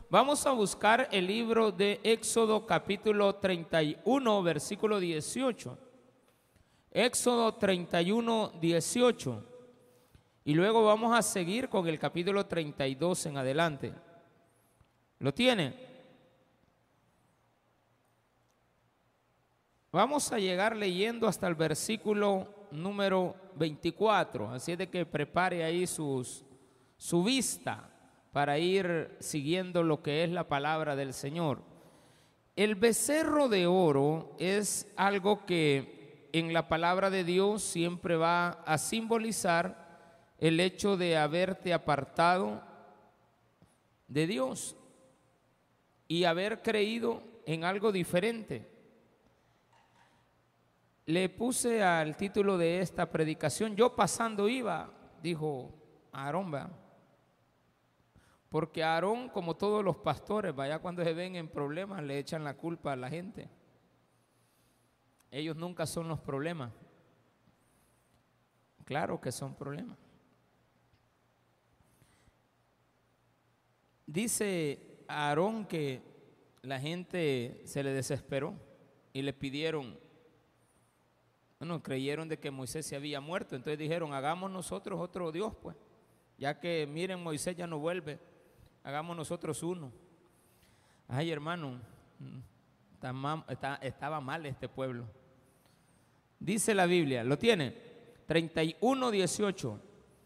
Vamos a buscar el libro de Éxodo capítulo 31, versículo 18. Éxodo 31, 18. Y luego vamos a seguir con el capítulo 32 en adelante. ¿Lo tiene? Vamos a llegar leyendo hasta el versículo número 24. Así es de que prepare ahí su vista para ir siguiendo lo que es la palabra del Señor. El becerro de oro es algo que en la palabra de Dios siempre va a simbolizar el hecho de haberte apartado de Dios y haber creído en algo diferente. Le puse al título de esta predicación, yo pasando iba, dijo Aarón, ¿verdad? Porque Aarón, como todos los pastores, vaya, cuando se ven en problemas le echan la culpa a la gente. Ellos nunca son los problemas. Claro que son problemas. Dice Aarón que la gente se le desesperó y le pidieron, bueno, creyeron de que Moisés se había muerto, entonces dijeron, hagamos nosotros otro Dios, pues, ya que miren, Moisés ya no vuelve, hagamos nosotros uno. Ay, hermano, estaba mal este pueblo. Dice la Biblia, ¿lo tiene? 31, 18.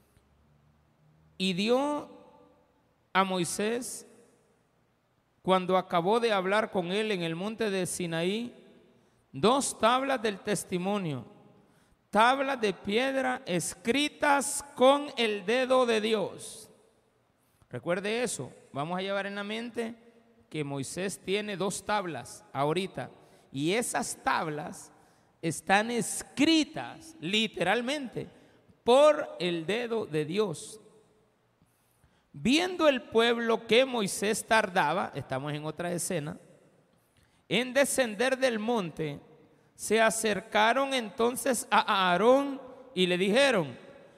Y dio a Moisés, cuando acabó de hablar con él en el monte de Sinaí, 2 tablas del testimonio, tablas de piedra escritas con el dedo de Dios. Recuerde eso, vamos a llevar en la mente que Moisés tiene 2 tablas ahorita, y esas tablas están escritas literalmente por el dedo de Dios. Viendo el pueblo que Moisés tardaba, estamos en otra escena, en descender del monte, se acercaron entonces a Aarón y le dijeron,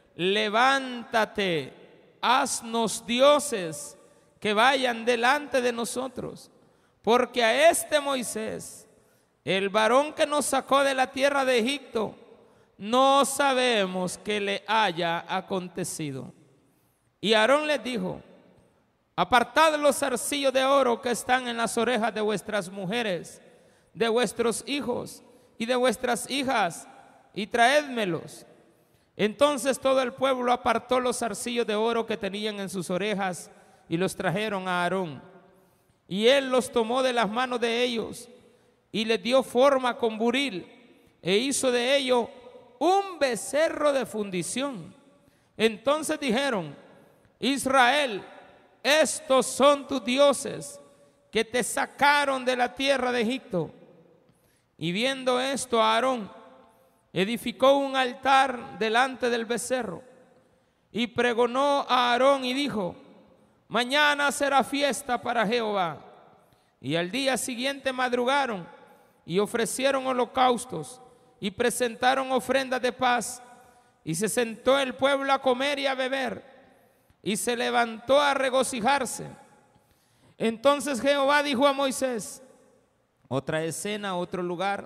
levántate, haznos dioses que vayan delante de nosotros, porque a este Moisés, el varón que nos sacó de la tierra de Egipto, no sabemos qué le haya acontecido. Y Aarón les dijo, apartad los zarcillos de oro que están en las orejas de vuestras mujeres, de vuestros hijos y de vuestras hijas, y traédmelos. Entonces todo el pueblo apartó los zarcillos de oro que tenían en sus orejas y los trajeron a Aarón. Y él los tomó de las manos de ellos y les dio forma con buril e hizo de ello un becerro de fundición. Entonces dijeron, Israel, estos son tus dioses que te sacaron de la tierra de Egipto. Y viendo esto, Aarón edificó un altar delante del becerro y pregonó a Aarón y dijo, mañana será fiesta para Jehová. Y al día siguiente madrugaron y ofrecieron holocaustos y presentaron ofrendas de paz, y se sentó el pueblo a comer y a beber, y se levantó a regocijarse. Entonces Jehová dijo a Moisés, otra escena, otro lugar,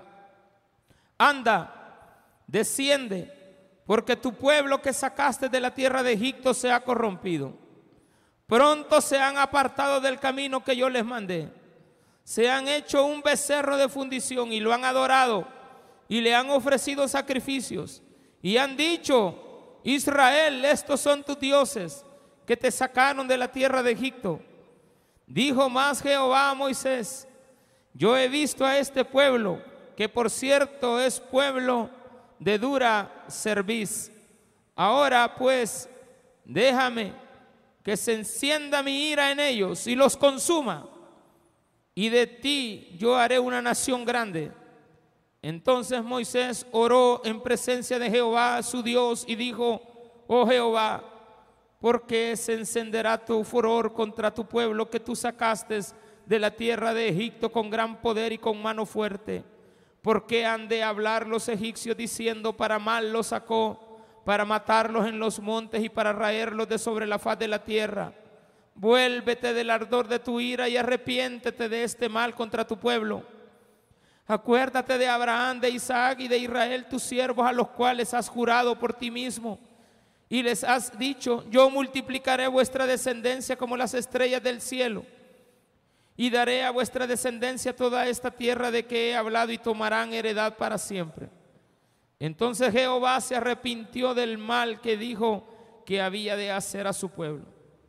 anda, desciende, porque tu pueblo que sacaste de la tierra de Egipto se ha corrompido. Pronto se han apartado del camino que yo les mandé. Se han hecho un becerro de fundición y lo han adorado y le han ofrecido sacrificios. Y han dicho, Israel, estos son tus dioses que te sacaron de la tierra de Egipto. Dijo más Jehová a Moisés, yo he visto a este pueblo, que por cierto es pueblo de dura cerviz. Ahora pues, déjame que se encienda mi ira en ellos y los consuma, y de ti yo haré una nación grande. Entonces Moisés oró en presencia de Jehová su Dios y dijo, oh Jehová, ¿por qué se encenderá tu furor contra tu pueblo que tú sacaste de la tierra de Egipto con gran poder y con mano fuerte? ¿Por qué han de hablar los egipcios diciendo, para mal los sacó, para matarlos en los montes y para raerlos de sobre la faz de la tierra? Vuélvete del ardor de tu ira y arrepiéntete de este mal contra tu pueblo. Acuérdate de Abraham, de Isaac y de Israel, tus siervos, a los cuales has jurado por ti mismo. Y les has dicho: yo multiplicaré vuestra descendencia como las estrellas del cielo, y daré a vuestra descendencia toda esta tierra de que he hablado, y tomarán heredad para siempre. Entonces Jehová se arrepintió del mal que dijo que había de hacer a su pueblo.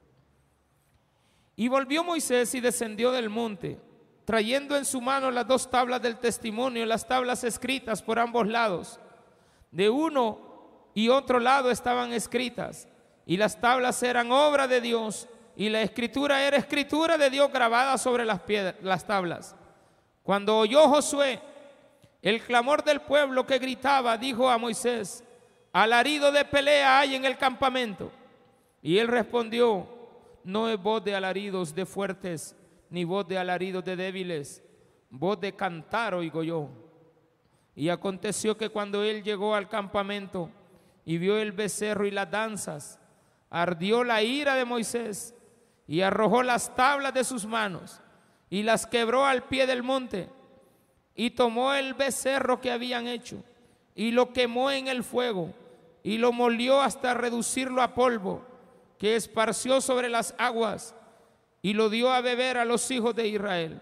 Y volvió Moisés y descendió del monte, trayendo en su mano las 2 tablas del testimonio, las tablas escritas por ambos lados. De uno y otro lado estaban escritas, y las tablas eran obra de Dios, y la escritura era escritura de Dios grabada sobre las tablas. Cuando oyó Josué el clamor del pueblo que gritaba, dijo a Moisés: alarido de pelea hay en el campamento. Y él respondió: no es voz de alaridos de fuertes, ni voz de alaridos de débiles, voz de cantar oigo yo. Y aconteció que cuando él llegó al campamento y vio el becerro y las danzas, ardió la ira de Moisés, y arrojó las tablas de sus manos y las quebró al pie del monte, y tomó el becerro que habían hecho y lo quemó en el fuego, y lo molió hasta reducirlo a polvo, que esparció sobre las aguas, y lo dio a beber a los hijos de Israel.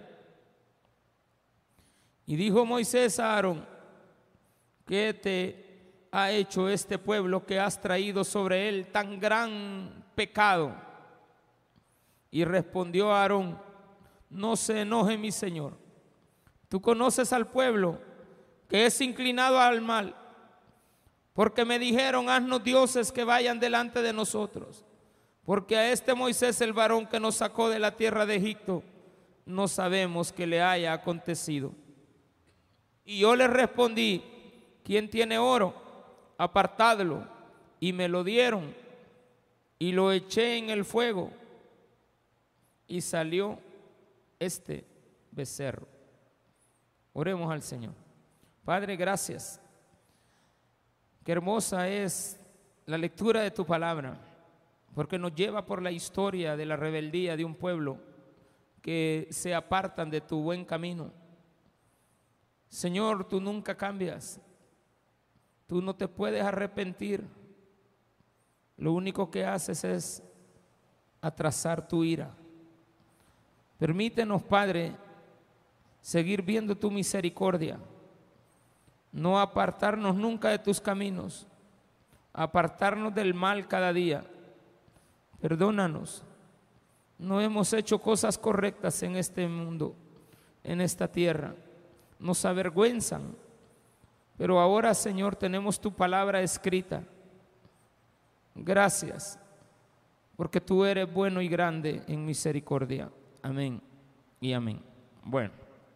Y dijo Moisés a Aarón: ¿qué te ha hecho este pueblo que has traído sobre él tan gran pecado? Y respondió Aarón: no se enoje mi señor, tú conoces al pueblo que es inclinado al mal, porque me dijeron: haznos dioses que vayan delante de nosotros, porque a este Moisés, el varón que nos sacó de la tierra de Egipto, no sabemos qué le haya acontecido. Y yo le respondí: ¿quién tiene oro? Apartadlo. Y me lo dieron, y lo eché en el fuego, y salió este becerro. Oremos al Señor. Padre, gracias. Qué hermosa es la lectura de tu palabra, porque nos lleva por la historia de la rebeldía de un pueblo que se apartan de tu buen camino. Señor, tú nunca cambias, tú no te puedes arrepentir, lo único que haces es atrasar tu ira. Permítenos, Padre, seguir viendo tu misericordia, no apartarnos nunca de tus caminos, apartarnos del mal cada día. Perdónanos, no hemos hecho cosas correctas en este mundo, en esta tierra, nos avergüenzan, pero ahora, Señor, tenemos tu palabra escrita. Gracias, porque tú eres bueno y grande en misericordia. Amén y amén. Bueno,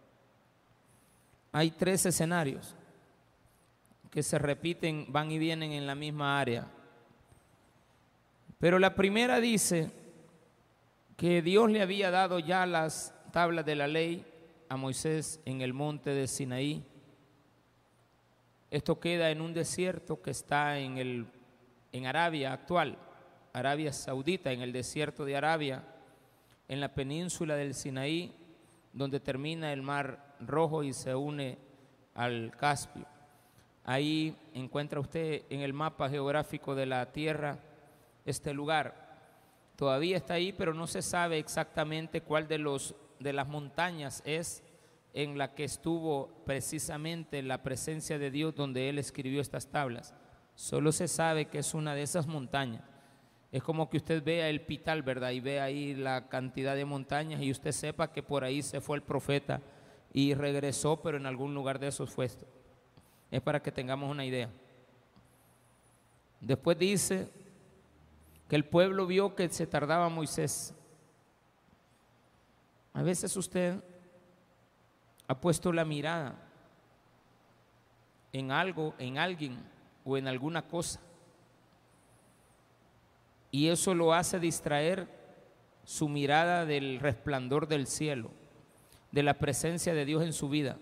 hay 3 escenarios que se repiten, van y vienen en la misma área. Pero la primera dice que Dios le había dado ya las tablas de la ley a Moisés en el monte de Sinaí. Esto queda en un desierto que está en Arabia actual, Arabia Saudita, en el desierto de Arabia, en la península del Sinaí, donde termina el Mar Rojo y se une al Caspio. Ahí encuentra usted en el mapa geográfico de la tierra este lugar. Todavía está ahí, pero no se sabe exactamente cuál de las montañas es en la que estuvo precisamente la presencia de Dios donde Él escribió estas tablas. Solo se sabe que es una de esas montañas. Es como que usted vea el Pital, ¿verdad? Y ve ahí la cantidad de montañas y usted sepa que por ahí se fue el profeta y regresó, pero en algún lugar de esos fue esto. Es para que tengamos una idea. Después dice que el pueblo vio que se tardaba Moisés. A veces usted ha puesto la mirada en algo, en alguien o en alguna cosa, y eso lo hace distraer su mirada del resplandor del cielo, de la presencia de Dios en su vida.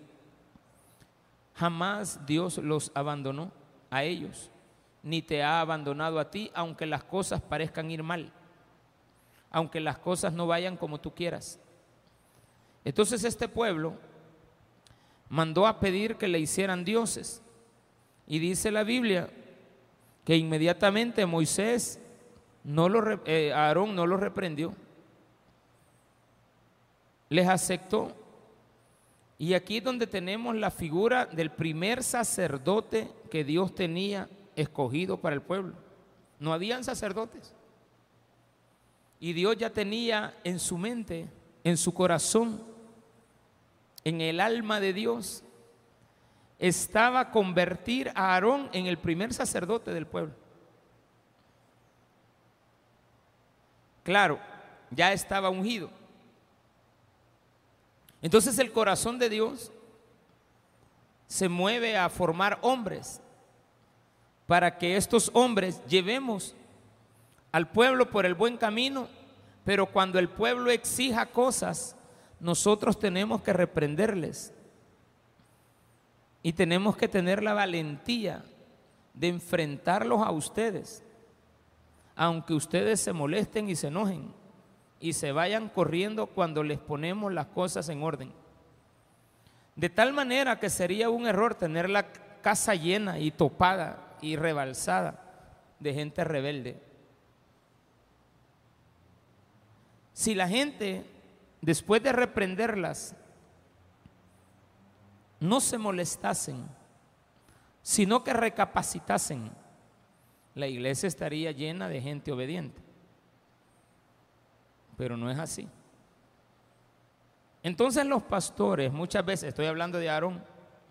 Jamás Dios los abandonó a ellos, ni te ha abandonado a ti, aunque las cosas parezcan ir mal, aunque las cosas no vayan como tú quieras. Entonces este pueblo mandó a pedir que le hicieran dioses. Y dice la Biblia que inmediatamente Moisés, Aarón no lo reprendió, les aceptó. Y aquí es donde tenemos la figura del primer sacerdote que Dios tenía escogido para el pueblo. No habían sacerdotes. Y Dios ya tenía en su mente, en su corazón, en el alma de Dios, estaba convertir a Aarón en el primer sacerdote del pueblo. Claro, ya estaba ungido. Entonces el corazón de Dios se mueve a formar hombres para que estos hombres llevemos al pueblo por el buen camino, pero cuando el pueblo exija cosas, nosotros tenemos que reprenderles y tenemos que tener la valentía de enfrentarlos a ustedes, aunque ustedes se molesten y se enojen y se vayan corriendo cuando les ponemos las cosas en orden. De tal manera que sería un error tener la casa llena y topada y rebalsada de gente rebelde. Si la gente, después de reprenderlas, no se molestasen, sino que recapacitasen, la iglesia estaría llena de gente obediente. Pero no es así. Entonces los pastores, muchas veces, estoy hablando de Aarón,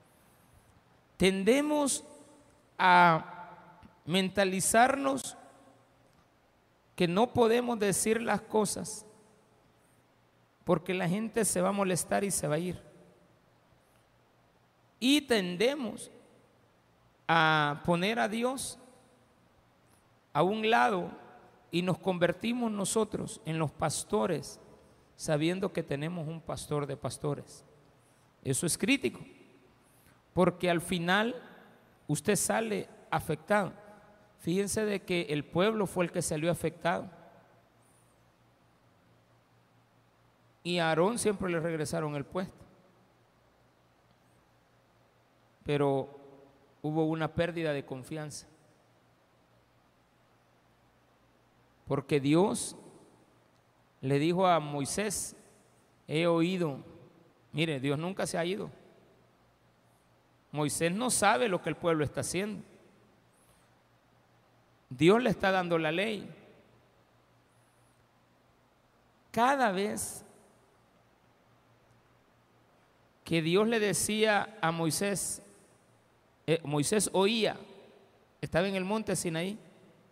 tendemos a mentalizarnos que no podemos decir las cosas porque la gente se va a molestar y se va a ir. Y tendemos a poner a Dios a un lado y nos convertimos nosotros en los pastores, sabiendo que tenemos un pastor de pastores. Eso es crítico, porque al final usted sale afectado. Fíjense de que el pueblo fue el que salió afectado. Y a Aarón siempre le regresaron el puesto. Pero hubo una pérdida de confianza. Porque Dios le dijo a Moisés, he oído, mire, Dios nunca se ha ido. Moisés no sabe lo que el pueblo está haciendo. Dios le está dando la ley. Cada vez que Dios le decía a Moisés, Moisés oía, estaba en el monte Sinaí.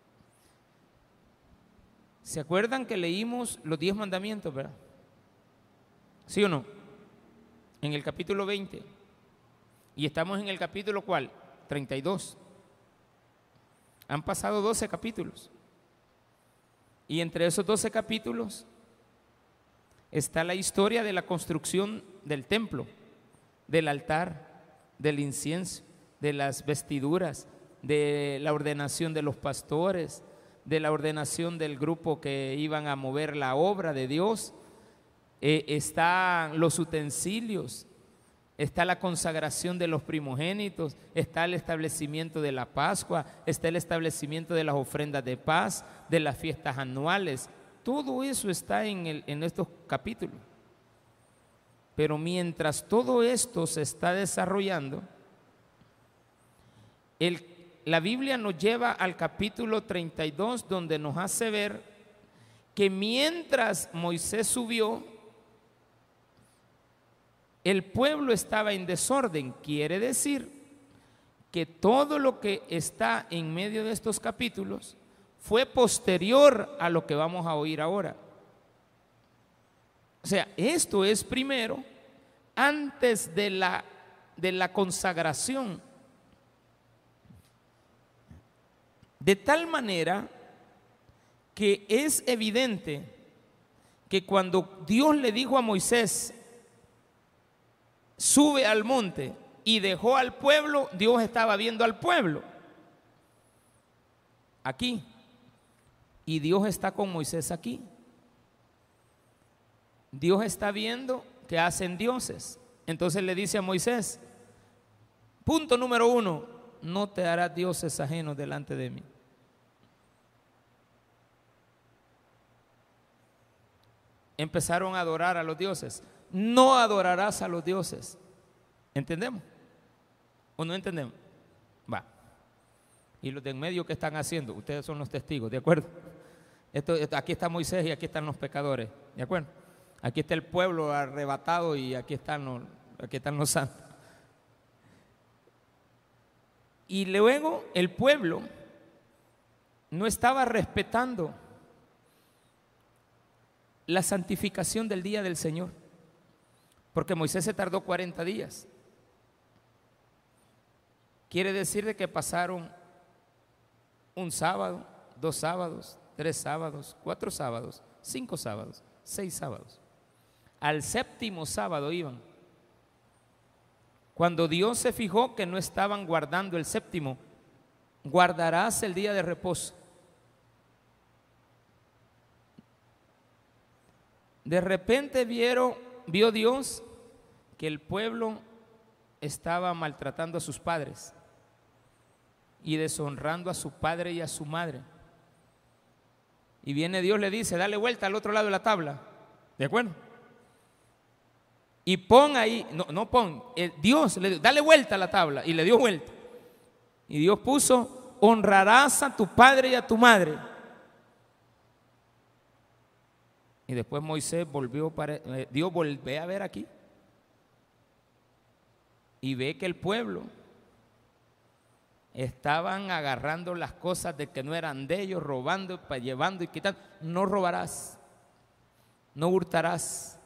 ¿Se acuerdan que leímos los 10 mandamientos, verdad? ¿Sí o no? En el capítulo 20. Y estamos en el capítulo ¿cuál? 32. Han pasado 12 capítulos. Y entre esos 12 capítulos está la historia de la construcción del templo, del altar, del incienso, de las vestiduras, de la ordenación de los pastores, de la ordenación del grupo que iban a mover la obra de Dios. Están los utensilios, está la consagración de los primogénitos, está el establecimiento de la Pascua, está el establecimiento de las ofrendas de paz, de las fiestas anuales. Todo eso está en estos capítulos. Pero mientras todo esto se está desarrollando, la Biblia nos lleva al capítulo 32, donde nos hace ver que mientras Moisés subió, el pueblo estaba en desorden. Quiere decir que todo lo que está en medio de estos capítulos fue posterior a lo que vamos a oír ahora. O sea, esto es primero, antes de la consagración. De tal manera que es evidente que cuando Dios le dijo a Moisés, sube al monte, y dejó al pueblo, Dios estaba viendo al pueblo aquí, y Dios está con Moisés aquí. Dios está viendo que hacen dioses. Entonces le dice a Moisés, punto número 1, no te harás dioses ajenos delante de mí. Empezaron a adorar a los dioses. No adorarás a los dioses. ¿Entendemos? ¿O no entendemos? Va. Y los de en medio, ¿qué están haciendo? Ustedes son los testigos, ¿de acuerdo? Aquí está Moisés y aquí están los pecadores, ¿de acuerdo? Aquí está el pueblo arrebatado y aquí están los santos. Y luego el pueblo no estaba respetando la santificación del día del Señor, porque Moisés se tardó 40 días. Quiere decir de que pasaron un sábado, 2 sábados, 3 sábados, 4 sábados, 5 sábados, 6 sábados. Al 7º sábado iban. Cuando Dios se fijó que no estaban guardando el 7º, guardarás el día de reposo. De repente vio Dios que el pueblo estaba maltratando a sus padres y deshonrando a su padre y a su madre. Y viene Dios, le dice, dale vuelta al otro lado de la tabla. ¿De acuerdo? Y pon ahí, Dios le dijo, dale vuelta a la tabla. Y le dio vuelta. Y Dios puso, honrarás a tu padre y a tu madre. Y después Moisés Dios volvió a ver aquí. Y ve que el pueblo estaban agarrando las cosas de que no eran de ellos, robando, llevando y quitando. No robarás, no hurtarás.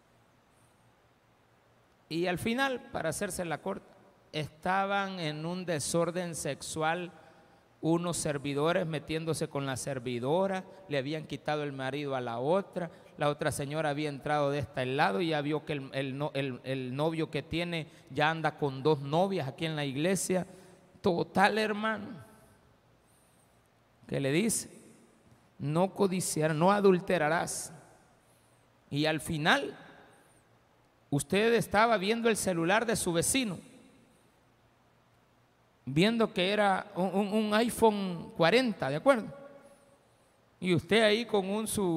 Y al final, para hacerse la corta, estaban en un desorden sexual, unos servidores metiéndose con la servidora, le habían quitado el marido a la otra señora había entrado de este lado y ya vio que el novio que tiene ya anda con 2 novias aquí en la iglesia. Total, hermano, que le dice, no codiciarás, no adulterarás. Y al final, usted estaba viendo el celular de su vecino, viendo que era un iPhone 40, ¿de acuerdo? Y usted ahí con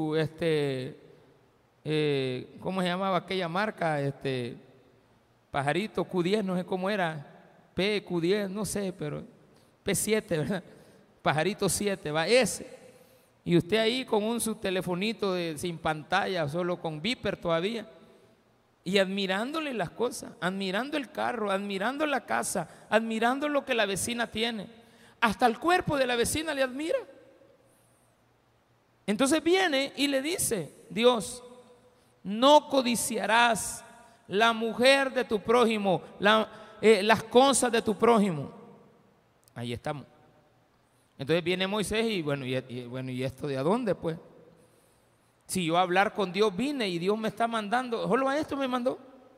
¿cómo se llamaba aquella marca? Pajarito Q10, no sé cómo era, PQ10, no sé, pero P7, ¿verdad? Pajarito 7, va ese. Y usted ahí con su telefonito sin pantalla, solo con Viper todavía. Y admirándole las cosas, admirando el carro, admirando la casa, admirando lo que la vecina tiene. Hasta el cuerpo de la vecina le admira. Entonces viene y le dice, Dios, no codiciarás la mujer de tu prójimo, las cosas de tu prójimo. Ahí estamos. Entonces viene Moisés y bueno, ¿y esto de a dónde pues? Si yo a hablar con Dios vine y Dios me está mandando, solo a esto me mandó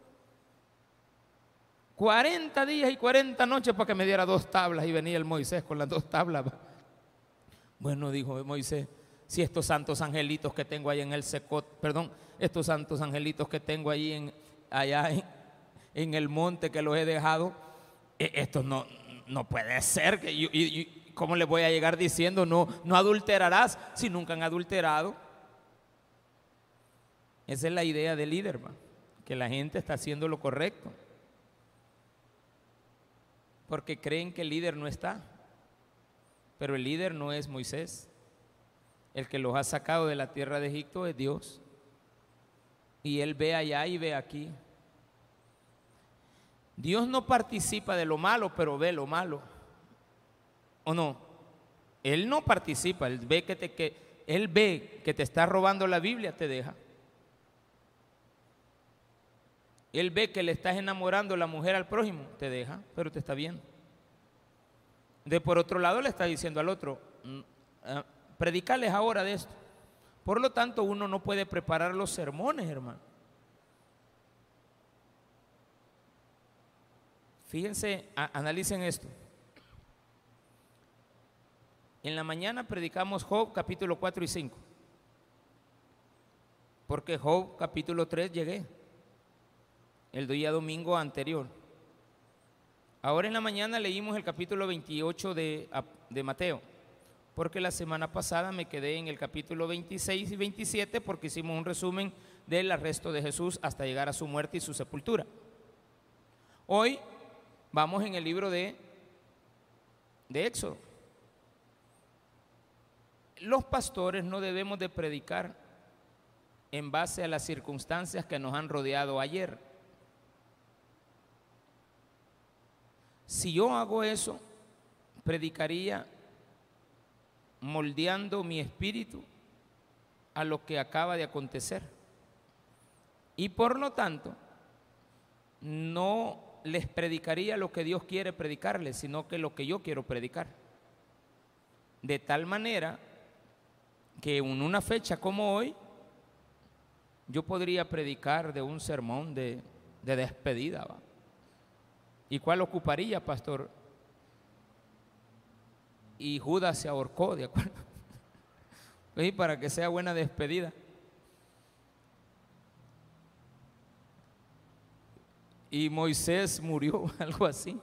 40 días y 40 noches para que me diera 2 tablas y venía el Moisés con las 2 tablas. Bueno, dijo Moisés, si estos santos angelitos que tengo ahí en el secot, estos santos angelitos que tengo ahí allá en el monte que los he dejado, esto no puede ser. ¿Cómo les voy a llegar diciendo no adulterarás si nunca han adulterado? Esa es la idea del líder, que la gente está haciendo lo correcto, porque creen que el líder no está, pero el líder no es Moisés. El que los ha sacado de la tierra de Egipto es Dios, y Él ve allá y ve aquí. Dios no participa de lo malo, pero ve lo malo, ¿o no? Él no participa, Él ve que te está robando la Biblia, te deja. Él ve que le estás enamorando la mujer al prójimo, te deja, pero te está viendo. Por otro lado le está diciendo al otro, predicarles ahora de esto. Por lo tanto, uno no puede preparar los sermones, hermano. Fíjense, analicen esto. En la mañana predicamos Job capítulo 4 y 5. porque Job capítulo 3 llegué el día domingo anterior. Ahora en la mañana leímos el capítulo 28 de Mateo, porque la semana pasada me quedé en el capítulo 26 y 27 porque hicimos un resumen del arresto de Jesús hasta llegar a su muerte y su sepultura. Hoy vamos en el libro de Éxodo. Los pastores no debemos de predicar en base a las circunstancias que nos han rodeado ayer. Si yo hago eso, predicaría moldeando mi espíritu a lo que acaba de acontecer. Y por lo tanto, no les predicaría lo que Dios quiere predicarles, sino que lo que yo quiero predicar. De tal manera que en una fecha como hoy, yo podría predicar de un sermón de despedida, ¿va? ¿Y cuál ocuparía, pastor? Y Judas se ahorcó, ¿de acuerdo? Pues para que sea buena despedida. Y Moisés murió, algo así.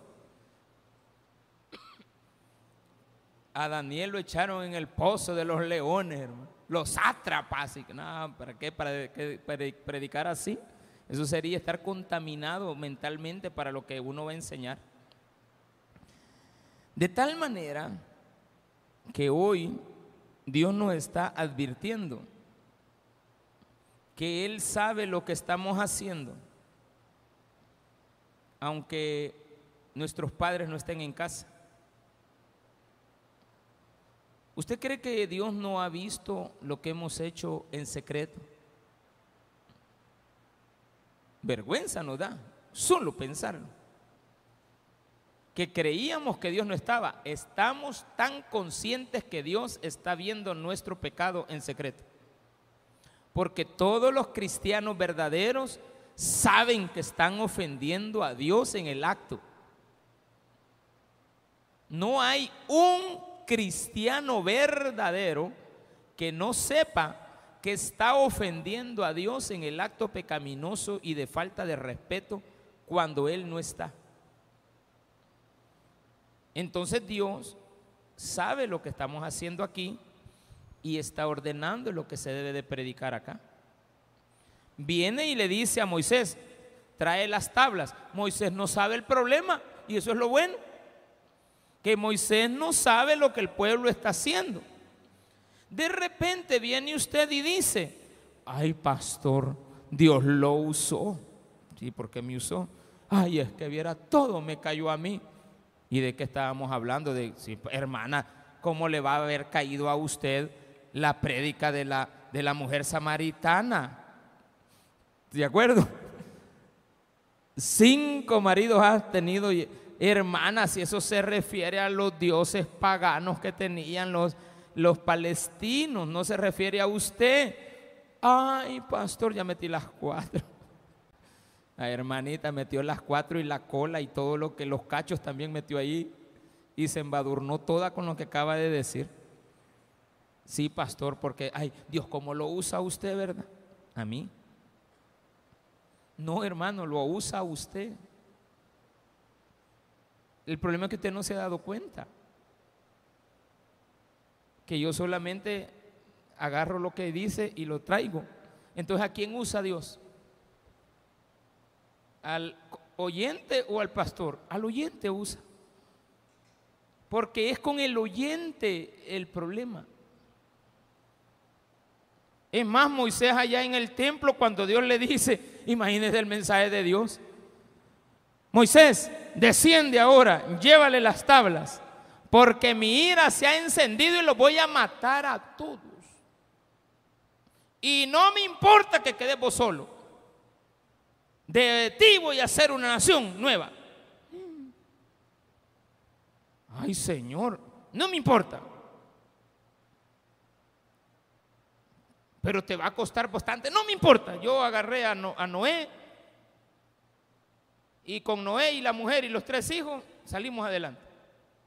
A Daniel lo echaron en el pozo de los leones, hermano. Los sátrapas. Y no, ¿para qué? ¿Para predicar así? Eso sería estar contaminado mentalmente para lo que uno va a enseñar. De tal manera que hoy Dios nos está advirtiendo que Él sabe lo que estamos haciendo, aunque nuestros padres no estén en casa. ¿Usted cree que Dios no ha visto lo que hemos hecho en secreto? Vergüenza nos da solo pensarlo. Que creíamos que Dios no estaba. Estamos tan conscientes que Dios está viendo nuestro pecado en secreto. Porque todos los cristianos verdaderos saben que están ofendiendo a Dios en el acto. No hay un cristiano verdadero que no sepa que está ofendiendo a Dios en el acto pecaminoso y de falta de respeto cuando Él no está. Entonces Dios sabe lo que estamos haciendo aquí y está ordenando lo que se debe de predicar acá. Viene y le dice a Moisés, trae las tablas. Moisés no sabe el problema y eso es lo bueno, que Moisés no sabe lo que el pueblo está haciendo. De repente viene usted y dice, ay pastor, Dios lo usó. ¿Sí? ¿Por qué me usó? Ay, es que viera, todo me cayó a mí. ¿Y de qué estábamos hablando? De, sí, hermana, ¿cómo le va a haber caído a usted la prédica de la mujer samaritana? ¿De acuerdo? 5 maridos has tenido, hermana, si eso se refiere a los dioses paganos que tenían los palestinos, no se refiere a usted. Ay, pastor, ya metí las 4. La hermanita metió las 4 y la cola y todo lo que los cachos también metió ahí y se embadurnó toda con lo que acaba de decir. Sí, pastor, porque, ay, Dios, ¿cómo lo usa usted, verdad? ¿A mí? No, hermano, lo usa usted. El problema es que usted no se ha dado cuenta. Que yo solamente agarro lo que dice y lo traigo. Entonces, ¿a quién usa Dios? ¿Al oyente o al pastor? Al oyente usa. Porque es con el oyente el problema. Es más, Moisés allá en el templo, cuando Dios le dice, imagínese el mensaje de Dios. Moisés, desciende ahora, llévale las tablas, porque mi ira se ha encendido y los voy a matar a todos. Y no me importa que quedes vos solo. De ti voy a hacer una nación nueva. Ay, Señor, no me importa. Pero te va a costar bastante. No me importa. Yo agarré a Noé. Y con Noé y la mujer y los 3 hijos salimos adelante.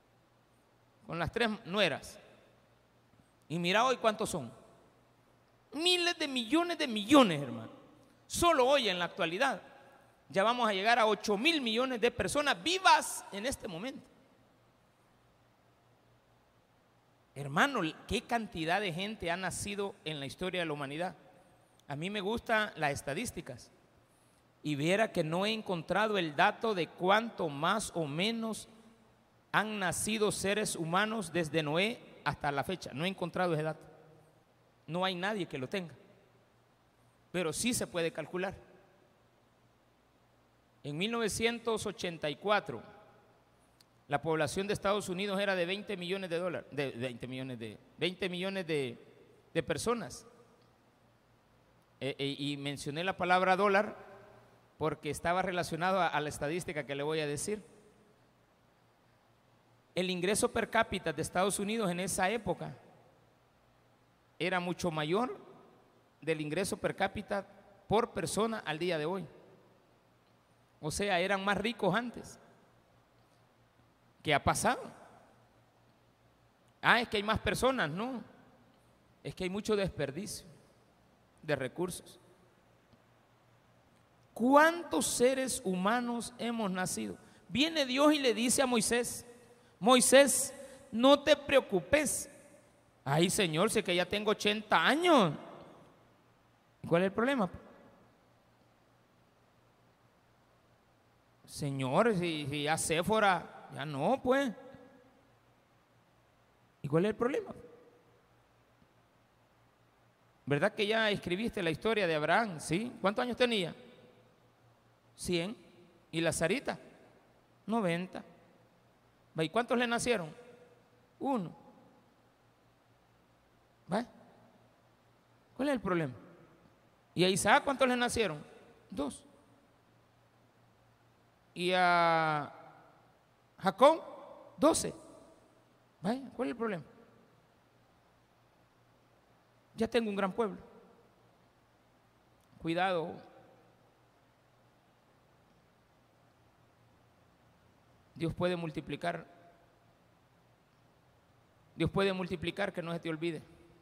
Con las 3 nueras. Y mira hoy cuántos son. miles de millones, hermano. Solo hoy, en la actualidad, ya vamos a llegar a 8.000 millones de personas vivas en este momento. Hermano, ¿qué cantidad de gente ha nacido en la historia de la humanidad? A mí me gustan las estadísticas y viera que no he encontrado el dato de cuánto más o menos han nacido seres humanos desde Noé hasta la fecha. No he encontrado ese dato. No hay nadie que lo tenga. Pero sí se puede calcular. En 1984, la población de Estados Unidos era de 20 millones de dólares, de 20 millones de personas. Y mencioné la palabra dólar porque estaba relacionado a la estadística que le voy a decir. El ingreso per cápita de Estados Unidos en esa época era mucho mayor del ingreso per cápita por persona al día de hoy. O sea, eran más ricos antes. ¿Qué ha pasado? Es que hay más personas. No, es que hay mucho desperdicio de recursos. ¿Cuántos seres humanos hemos nacido? Viene Dios y le dice a Moisés: Moisés, no te preocupes. Ay, Señor, sé que ya tengo 80 años. ¿Cuál es el problema? Señor, si ya Séfora, ya no, pues. ¿Y cuál es el problema? ¿Verdad que ya escribiste la historia de Abraham? ¿Sí? ¿Cuántos años tenía? 100. ¿Y la Sarita? 90. ¿Y cuántos le nacieron? 1. ¿Va? ¿Cuál es el problema? ¿Y a Isaac cuántos le nacieron? 2. ¿Y a Jacob? 12. ¿Va? ¿Cuál es el problema? Ya tengo un gran pueblo. Cuidado. Dios puede multiplicar. Dios puede multiplicar, que no se te olvide.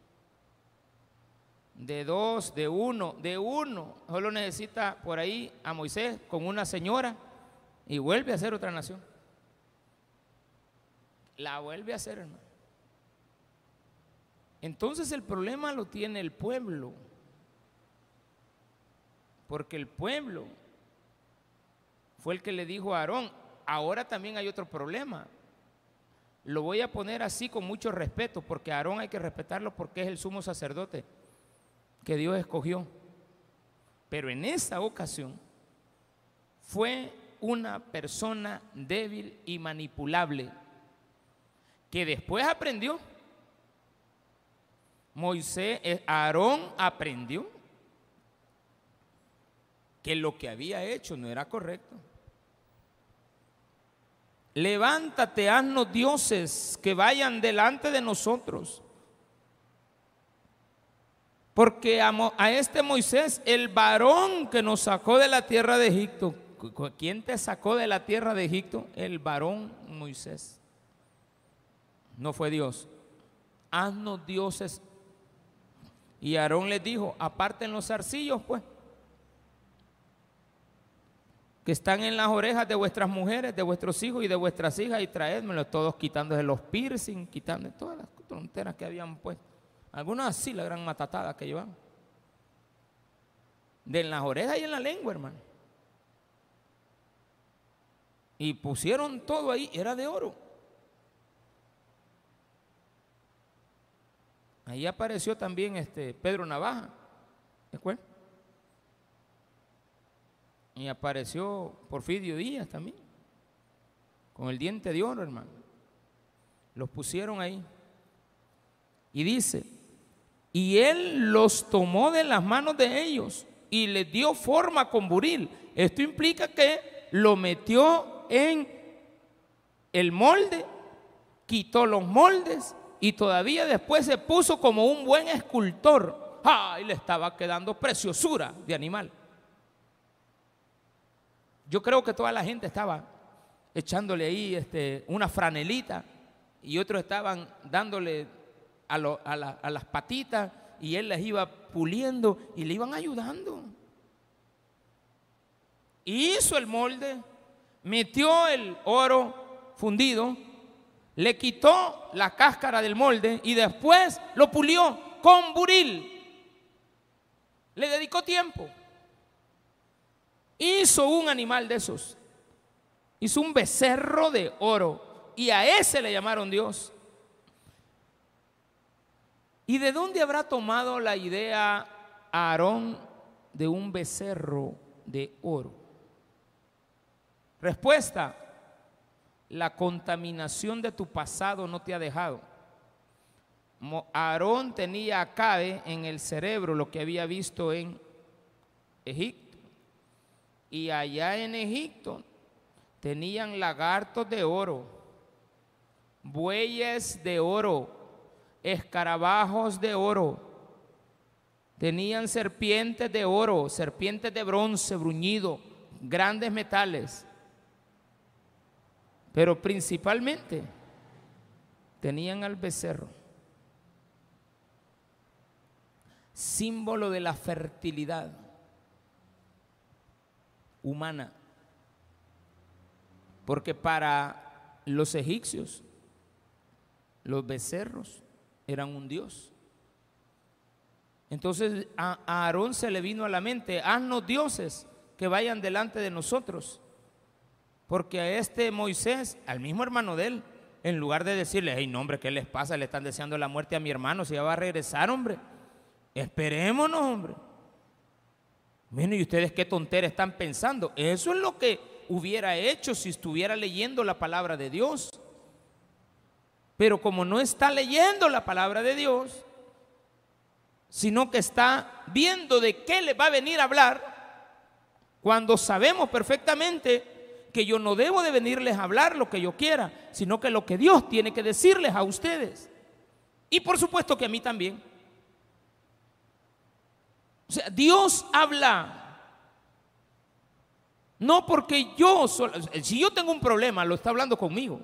De 2, de 1, de 1. Solo necesita por ahí a Moisés con una señora y vuelve a ser otra nación. La vuelve a hacer, hermano. Entonces el problema lo tiene el pueblo, porque el pueblo fue el que le dijo a Aarón. Ahora también hay otro problema. Lo voy a poner así con mucho respeto, porque a Aarón hay que respetarlo porque es el sumo sacerdote que Dios escogió. Pero en esa ocasión fue una persona débil y manipulable que después aprendió. Aarón aprendió que lo que había hecho no era correcto. Levántate, haznos dioses que vayan delante de nosotros. Porque a este Moisés, el varón que nos sacó de la tierra de Egipto. ¿Quién te sacó de la tierra de Egipto? El varón Moisés. No fue Dios. Haznos dioses. Y Aarón les dijo: aparten los zarcillos, pues, que están en las orejas de vuestras mujeres, de vuestros hijos y de vuestras hijas, y traédmelos, todos quitándose los piercing, quitando todas las tonteras que habían puesto. Algunos así, la gran matatada que llevaban. De en las orejas y en la lengua, hermano. Y pusieron todo ahí, era de oro. Ahí apareció también Pedro Navaja, ¿de acuerdo? Y apareció Porfirio Díaz también, con el diente de oro, hermano. Los pusieron ahí. Y dice: y él los tomó de las manos de ellos y les dio forma con buril. Esto implica que lo metió en el molde, quitó los moldes y todavía después se puso como un buen escultor. Y le estaba quedando preciosura de animal. Yo creo que toda la gente estaba echándole ahí una franelita y otros estaban dándole a las patitas y él las iba puliendo y le iban ayudando. Hizo el molde, metió el oro fundido, le quitó la cáscara del molde y después lo pulió con buril. Le dedicó tiempo. Hizo un animal de esos. Hizo un becerro de oro y a ese le llamaron Dios. ¿Y de dónde habrá tomado la idea Aarón de un becerro de oro? Respuesta: la contaminación de tu pasado no te ha dejado. Aarón tenía a Cabe en el cerebro lo que había visto en Egipto. Y allá en Egipto tenían lagartos de oro, bueyes de oro, escarabajos de oro, tenían serpientes de oro, serpientes de bronce bruñido, grandes metales. Pero principalmente tenían al becerro, símbolo de la fertilidad humana, porque para los egipcios los becerros eran un dios. Entonces a Aarón se le vino a la mente: haznos dioses que vayan delante de nosotros. Porque a este Moisés, al mismo hermano de él, en lugar de decirle: hey, no, hombre, ¿qué les pasa? Le están deseando la muerte a mi hermano, si ya va a regresar, hombre. Esperémonos, hombre. Bueno, ¿y ustedes qué tontera están pensando? Eso es lo que hubiera hecho si estuviera leyendo la palabra de Dios. Pero como no está leyendo la palabra de Dios, sino que está viendo de qué le va a venir a hablar, cuando sabemos perfectamente que yo no debo de venirles a hablar lo que yo quiera, sino que lo que Dios tiene que decirles a ustedes. Y por supuesto que a mí también. O sea, Dios habla. No porque yo solo, si yo tengo un problema, lo está hablando conmigo.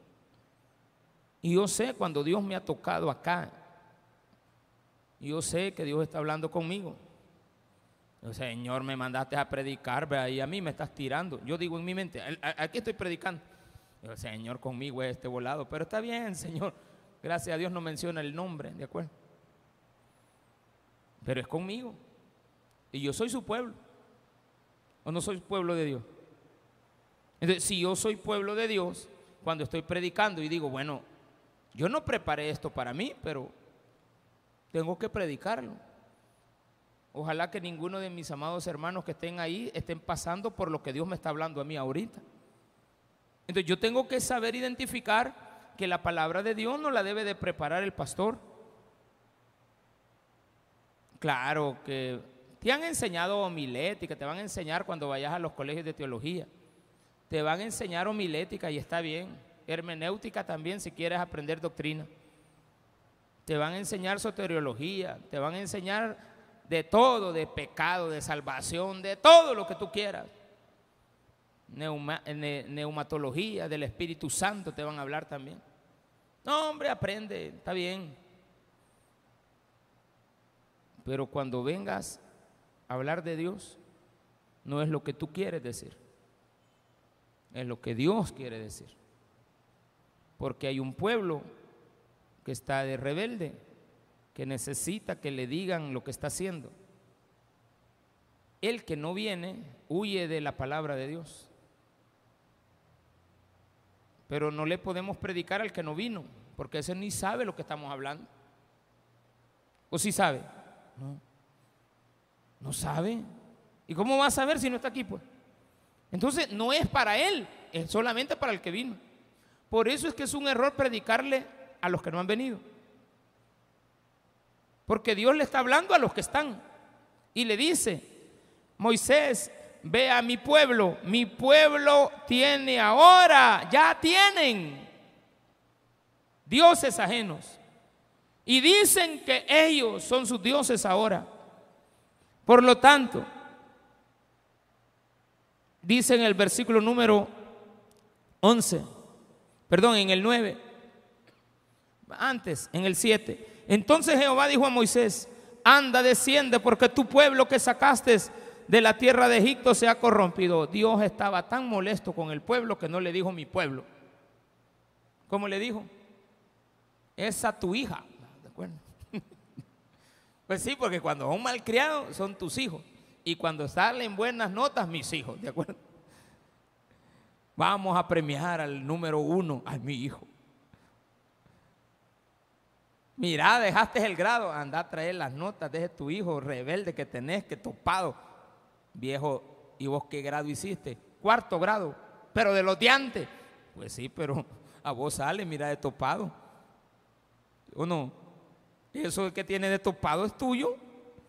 Y yo sé cuando Dios me ha tocado acá. Yo sé que Dios está hablando conmigo. Señor, me mandaste a predicar, y a mí me estás tirando. Yo digo en mi mente: aquí estoy predicando. Yo, Señor, conmigo es este volado. Pero está bien, Señor. Gracias a Dios no menciona el nombre, ¿de acuerdo? Pero es conmigo. Y yo soy su pueblo. ¿O no soy pueblo de Dios? Entonces, si yo soy pueblo de Dios, cuando estoy predicando y digo: bueno, yo no preparé esto para mí, pero tengo que predicarlo. Ojalá que ninguno de mis amados hermanos que estén ahí estén pasando por lo que Dios me está hablando a mí ahorita. Entonces yo tengo que saber identificar que la palabra de Dios no la debe de preparar el pastor. Claro que te han enseñado homilética, te van a enseñar cuando vayas a los colegios de teología. Te van a enseñar homilética y está bien. Hermenéutica también, si quieres aprender doctrina. Te van a enseñar soteriología, te van a enseñar de todo, de pecado, de salvación, de todo lo que tú quieras. Neumatología del Espíritu Santo te van a hablar también. No, hombre, aprende, está bien. Pero cuando vengas a hablar de Dios, no es lo que tú quieres decir, es lo que Dios quiere decir. Porque hay un pueblo que está de rebelde, que necesita que le digan lo que está haciendo. El que no viene huye de la palabra de Dios. Pero no le podemos predicar al que no vino, porque ese ni sabe lo que estamos hablando. ¿O sí sabe? No, no sabe. ¿Y cómo va a saber si no está aquí, pues? Entonces no es para él, es solamente para el que vino. Por eso es que es un error predicarle a los que no han venido. Porque Dios le está hablando a los que están y le dice: Moisés, ve a mi pueblo tiene ahora, ya tienen dioses ajenos y dicen que ellos son sus dioses ahora. Por lo tanto, dice en el versículo número 11, perdón, en el 9, antes, en el 7. Entonces Jehová dijo a Moisés: anda, desciende, porque tu pueblo que sacaste de la tierra de Egipto se ha corrompido. Dios estaba tan molesto con el pueblo que no le dijo mi pueblo. ¿Cómo le dijo? Esa tu hija. ¿De acuerdo? Pues sí, porque cuando son malcriados son tus hijos. Y cuando salen buenas notas, mis hijos. ¿De acuerdo? Vamos a premiar al número 1, a mi hijo. Mira, dejaste el grado, anda a traer las notas de tu hijo rebelde que tenés, que topado. Viejo, ¿y vos qué grado hiciste? 4º grado, pero de los de antes. Pues sí, pero a vos sale, mira, de topado. ¿O no? Eso que tiene de topado es tuyo.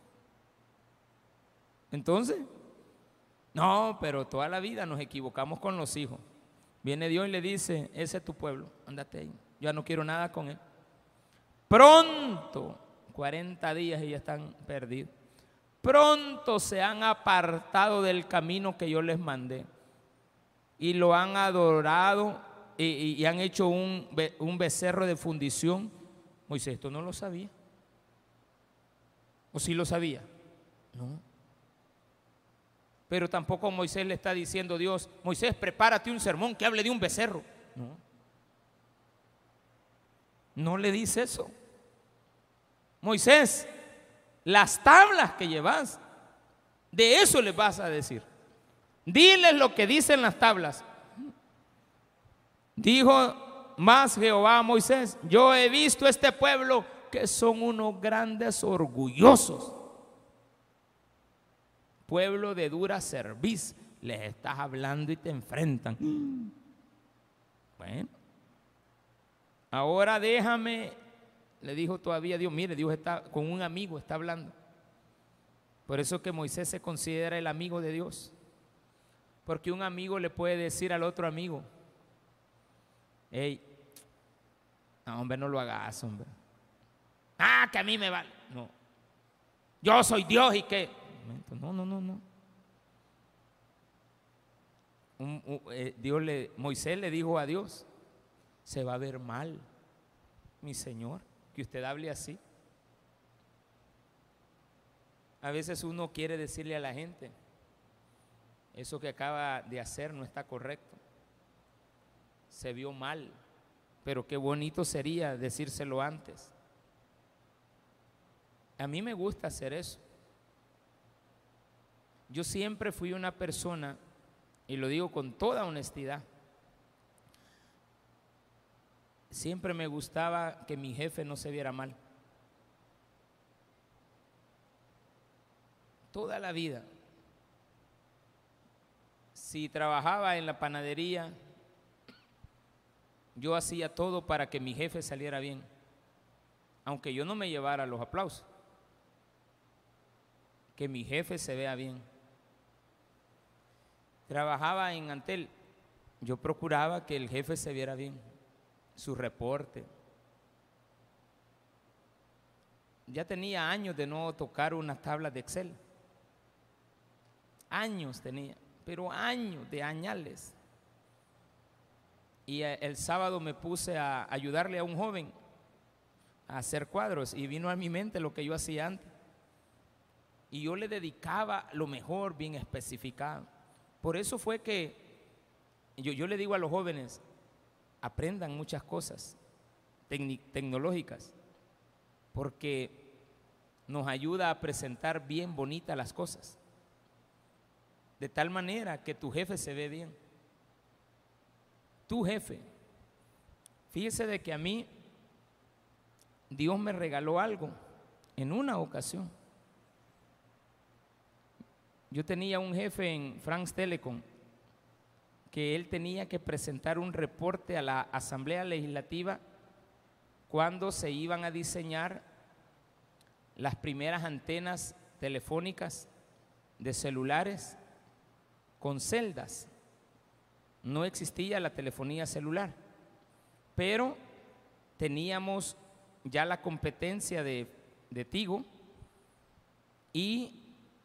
Entonces, no, pero toda la vida nos equivocamos con los hijos. Viene Dios y le dice, ese es tu pueblo, ándate ahí. Yo ya no quiero nada con él. Pronto, 40 días y ya están perdidos. Pronto se han apartado del camino que yo les mandé y lo han adorado y han hecho un becerro de fundición. Moisés, esto no lo sabía. ¿O sí lo sabía? No. Pero tampoco Moisés le está diciendo Dios, Moisés, prepárate un sermón que hable de un becerro. No. No le dice eso. Moisés, las tablas que llevas, de eso les vas a decir. Diles lo que dicen las tablas. Dijo más Jehová a Moisés, yo he visto este pueblo que son unos grandes orgullosos. Pueblo de dura cerviz, les estás hablando y te enfrentan. Bueno, ahora déjame, le dijo todavía Dios, mire, Dios está con un amigo, está hablando. Por eso que Moisés se considera el amigo de Dios, porque un amigo le puede decir al otro amigo, hey, no, hombre, no lo hagas, hombre. Ah, que a mí me vale. No, yo soy Dios y que no. Moisés le dijo a Dios, se va a ver mal, mi Señor, que usted hable así. A veces uno quiere decirle a la gente, eso que acaba de hacer no está correcto, se vio mal, pero qué bonito sería decírselo antes. A mí me gusta hacer eso. Yo siempre fui una persona, y lo digo con toda honestidad, siempre me gustaba que mi jefe no se viera mal. Toda la vida. Si trabajaba en la panadería, yo hacía todo para que mi jefe saliera bien, aunque yo no me llevara los aplausos. Que mi jefe se vea bien. Trabajaba en Antel, yo procuraba que el jefe se viera bien, su reporte. Ya tenía años de no tocar unas tablas de Excel. Años tenía, pero años de añales. Y el sábado me puse a ayudarle a un joven a hacer cuadros y vino a mi mente lo que yo hacía antes. Y yo le dedicaba lo mejor, bien especificado. Por eso fue que yo le digo a los jóvenes, aprendan muchas cosas tecnológicas, porque nos ayuda a presentar bien bonitas las cosas, de tal manera que tu jefe se ve bien. Tu jefe, fíjese de que a mí Dios me regaló algo en una ocasión. Yo tenía un jefe en France Telecom que él tenía que presentar un reporte a la Asamblea Legislativa cuando se iban a diseñar las primeras antenas telefónicas de celulares con celdas. No existía la telefonía celular, pero teníamos ya la competencia de Tigo y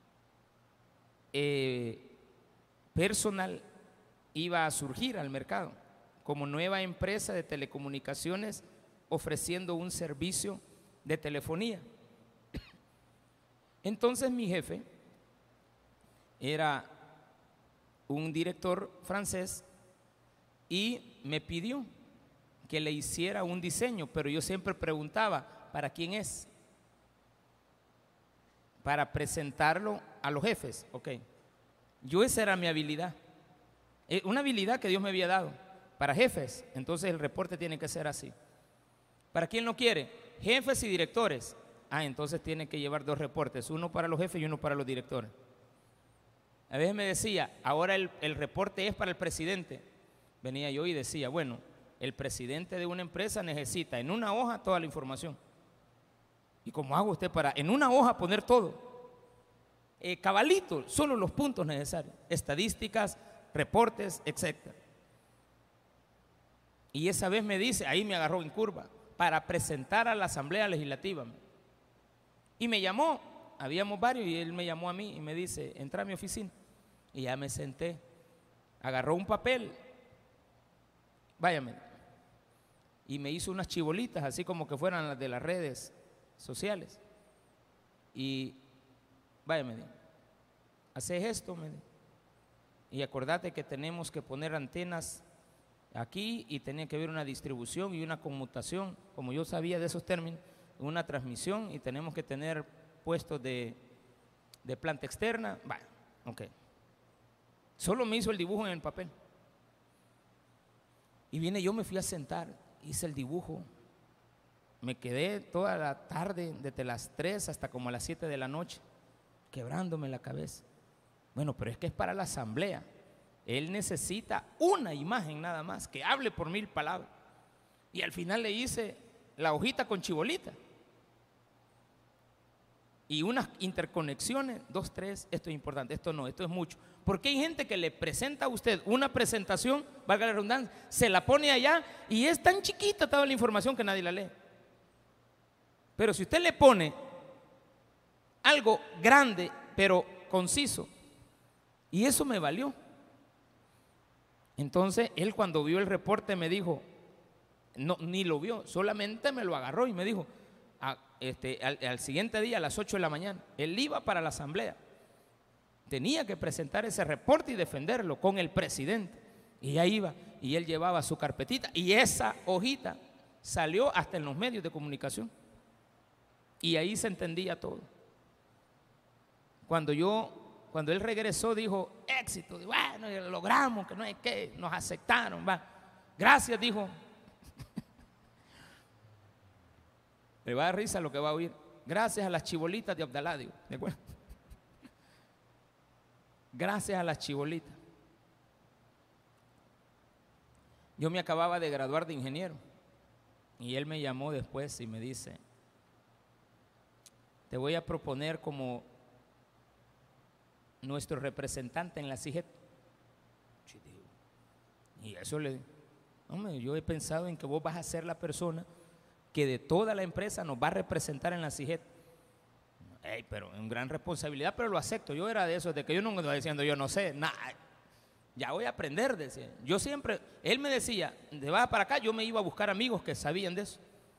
Personal iba a surgir al mercado como nueva empresa de telecomunicaciones ofreciendo un servicio de telefonía. Entonces mi jefe era un director francés y me pidió que le hiciera un diseño, pero yo siempre preguntaba, ¿para quién es? Para presentarlo a los jefes, ok. Esa era mi habilidad, una habilidad que Dios me había dado para jefes. Entonces el reporte tiene que ser así. ¿Para quién lo quiere? Jefes y directores. Entonces tiene que llevar 2 reportes, uno para los jefes y uno para los directores. A veces me decía, ahora el reporte es para el presidente. Venía yo y decía, bueno, el presidente de una empresa necesita en una hoja toda la información. ¿Y cómo hago usted para en una hoja poner todo? Cabalito, solo los puntos necesarios, estadísticas, reportes, etc. Y esa vez me dice, ahí me agarró en curva, para presentar a la Asamblea Legislativa. Y me llamó, habíamos varios, y él me llamó a mí y me dice, entra a mi oficina. Y ya me senté, agarró un papel, váyame, y me hizo unas chibolitas, así como que fueran las de las redes sociales. Y vaya, me dijo, haces esto, me dijo, y acordate que tenemos que poner antenas aquí y tenía que haber una distribución y una conmutación, como yo sabía de esos términos, una transmisión, y tenemos que tener puestos de planta externa. Vaya, ok. Solo me hizo el dibujo en el papel. Y yo me fui a sentar, hice el dibujo. Me quedé toda la tarde, desde las 3 hasta como a las 7 de la noche, quebrándome la cabeza. Bueno, pero es que es para la asamblea. Él necesita una imagen nada más, que hable por 1000 palabras. Y al final le hice la hojita con chibolita. Y unas interconexiones, 2, 3, esto es importante, esto no, esto es mucho. Porque hay gente que le presenta a usted una presentación, valga la redundancia, se la pone allá y es tan chiquita toda la información que nadie la lee. Pero si usted le pone algo grande, pero conciso, y eso me valió. Entonces, él cuando vio el reporte me dijo, no, ni lo vio, solamente me lo agarró y me dijo, al siguiente día a las 8 de la mañana, él iba para la asamblea, tenía que presentar ese reporte y defenderlo con el presidente, y ya iba, y él llevaba su carpetita, y esa hojita salió hasta en los medios de comunicación, y ahí se entendía todo. Cuando él regresó dijo, éxito, bueno, lo logramos, que no es que nos aceptaron, va. Gracias, dijo. Le va a dar risa lo que va a oír. Gracias a las chibolitas de Abdalá, digo, ¿de acuerdo? Gracias a las chibolitas. Yo me acababa de graduar de ingeniero y él me llamó después y me dice, te voy a proponer como nuestro representante en la CIGET. Y eso le digo, hombre, yo he pensado en que vos vas a ser la persona que de toda la empresa nos va a representar en la CIGET. Pero es una gran responsabilidad, pero lo acepto. Yo era de esos, de que yo no me estaba diciendo, yo no sé, nada, ya voy a aprender, decía. Yo siempre, él me decía, de vas para acá, yo me iba a buscar amigos que sabían de eso.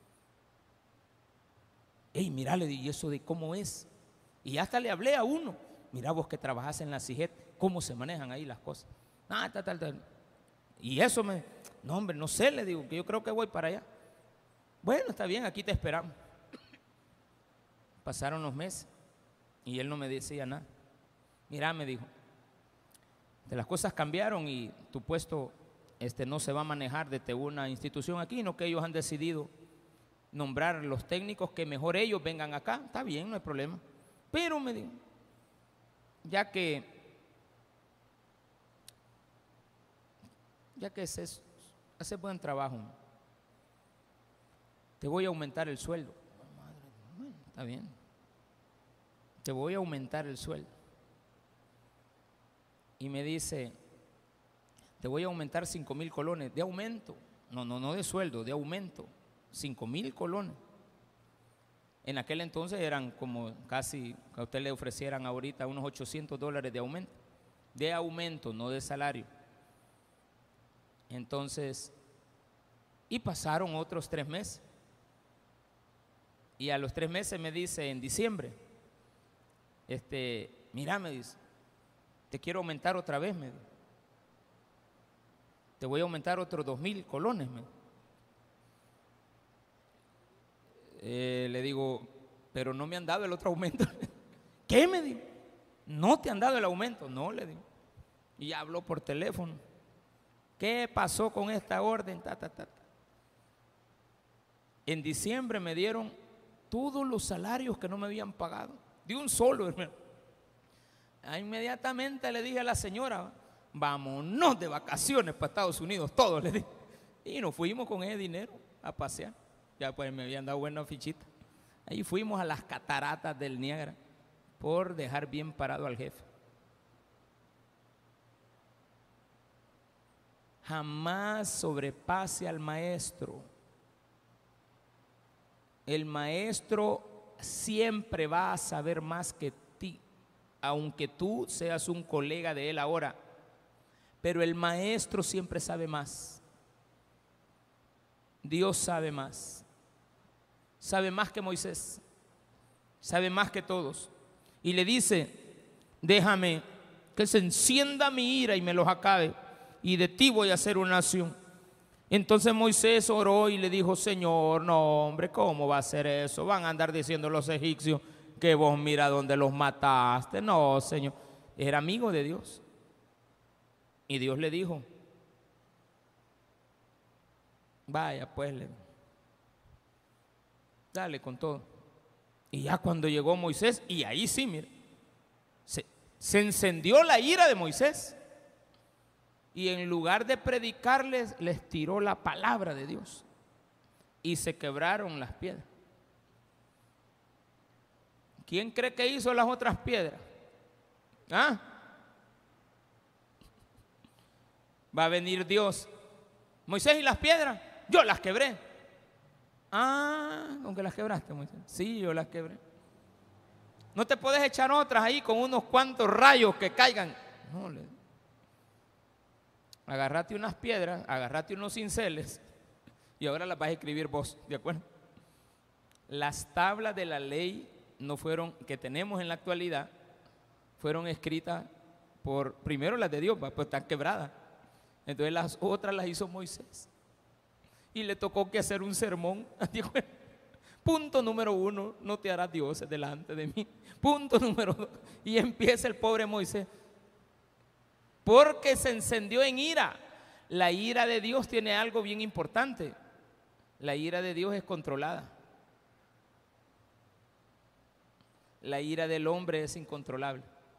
Mira, le dije, ¿y eso de cómo es? Y hasta le hablé a uno, mira vos que trabajás en la CIGET, cómo se manejan ahí las cosas. Tal. Y eso no hombre, no sé, le digo, que yo creo que voy para allá. Bueno, está bien, aquí te esperamos. Pasaron los meses y él no me decía nada. Mira, me dijo, las cosas cambiaron y tu puesto no se va a manejar desde una institución aquí, no que ellos han decidido nombrar los técnicos que mejor ellos vengan acá. Está bien, no hay problema. Pero me dijo, ya que hace buen trabajo, te voy a aumentar el sueldo. Bueno, está bien, te voy a aumentar el sueldo. Y me dice, te voy a aumentar 5,000 colones de aumento. No de sueldo, de aumento. 5,000 colones. En aquel entonces eran como casi, que a usted le ofrecieran ahorita unos $800 de aumento, no de salario. Entonces, y pasaron otros 3 meses. Y a los 3 meses me dice, en diciembre, mira, me dice, te quiero aumentar otra vez, me dice. Te voy a aumentar otros 2,000 colones, me dice. Le digo, pero no me han dado el otro aumento. ¿Qué? Me dijo. ¿No te han dado el aumento? No, le digo. Y habló por teléfono. ¿Qué pasó con esta orden? En diciembre me dieron todos los salarios que no me habían pagado, de un solo, hermano. Inmediatamente le dije a la señora, vámonos de vacaciones para Estados Unidos, todos, le dije. Y nos fuimos con ese dinero a pasear. Ya pues me habían dado buena fichita. Ahí fuimos a las cataratas del Niágara por dejar bien parado al jefe. Jamás sobrepase al maestro. El maestro siempre va a saber más que ti, aunque tú seas un colega de él ahora, pero el maestro siempre sabe más. Dios sabe más. Sabe más que Moisés, sabe más que todos. Y le dice, déjame que se encienda mi ira y me los acabe, y de ti voy a hacer una nación. Entonces Moisés oró y le dijo, Señor, no hombre, ¿cómo va a ser eso? Van a andar diciendo los egipcios que vos mira dónde los mataste. No, Señor. Era amigo de Dios. Y Dios le dijo, vaya pues, dale con todo. Y ya cuando llegó Moisés, y ahí sí, mire, se encendió la ira de Moisés. Y en lugar de predicarles, les tiró la palabra de Dios. Y se quebraron las piedras. ¿Quién cree que hizo las otras piedras? ¿Ah? Va a venir Dios. Moisés, ¿y las piedras? Yo las quebré. Ah, ¿con qué las quebraste, Moisés? Sí, yo las quebré. No te puedes echar otras ahí con unos cuantos rayos que caigan. No, agárrate unas piedras, agárrate unos cinceles y ahora las vas a escribir vos, ¿de acuerdo? Las tablas de la ley no fueron, que tenemos en la actualidad, fueron escritas por, primero las de Dios, pues están quebradas. Entonces las otras las hizo Moisés. Y le tocó que hacer un sermón. Punto número 1, no te harás dioses delante de mí. Punto número 2, y empieza el pobre Moisés. Porque se encendió en ira. La ira de Dios tiene algo bien importante. La ira de Dios es controlada. La ira del hombre es incontrolable.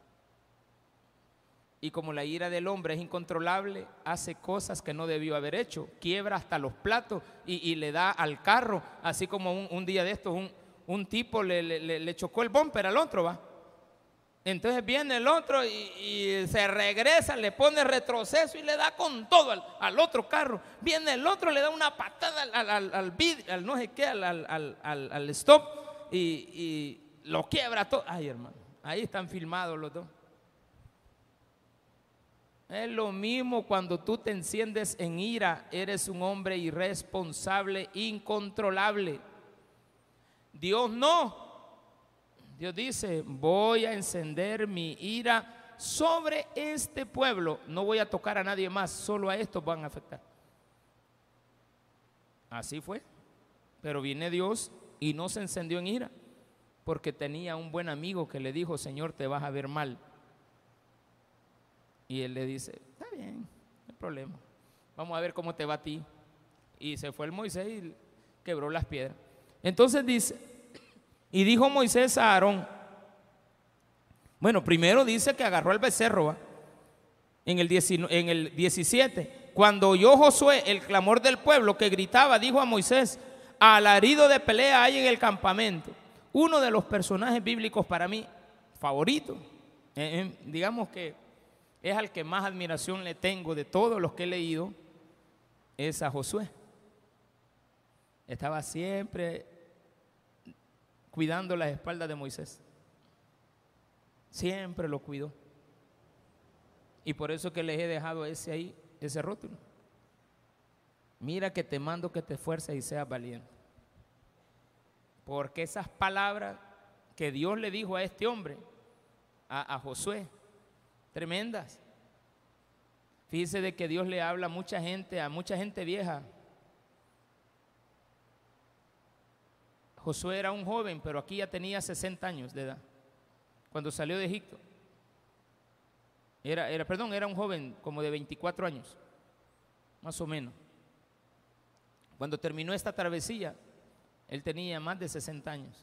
Y como la ira del hombre es incontrolable, hace cosas que no debió haber hecho. Quiebra hasta los platos y le da al carro. Así como un día de estos, un tipo le chocó el bumper al otro, ¿va? Entonces viene el otro y se regresa, le pone retroceso y le da con todo al otro carro. Viene el otro, le da una patada al no sé qué, al stop y lo quiebra todo. Ay, hermano, ahí están filmados los dos. Es lo mismo cuando tú te enciendes en ira, eres un hombre irresponsable, incontrolable. Dios no. Dios dice, voy a encender mi ira sobre este pueblo. No voy a tocar a nadie más, solo a estos van a afectar. Así fue. Pero viene Dios y no se encendió en ira, porque tenía un buen amigo que le dijo, Señor, te vas a ver mal. Y él le dice, está bien, no hay problema. Vamos a ver cómo te va a ti. Y se fue el Moisés y quebró las piedras. Entonces dice... Y dijo Moisés a Aarón, bueno, primero dice que agarró al becerro, ¿va? En el 17, cuando oyó Josué el clamor del pueblo que gritaba, dijo a Moisés, alarido de pelea hay en el campamento. Uno de los personajes bíblicos para mí favoritos, digamos que es al que más admiración le tengo de todos los que he leído, es a Josué. Estaba siempre cuidando las espaldas de Moisés. Siempre lo cuidó. Y por eso que les he dejado ese ahí, ese rótulo. Mira que te mando que te esfuerces y seas valiente. Porque esas palabras que Dios le dijo a este hombre a Josué, tremendas. Fíjese de que Dios le habla a mucha gente vieja. Josué era un joven, pero aquí ya tenía 60 años de edad cuando salió de Egipto. Era un joven como de 24 años, más o menos. Cuando terminó esta travesía, él tenía más de 60 años.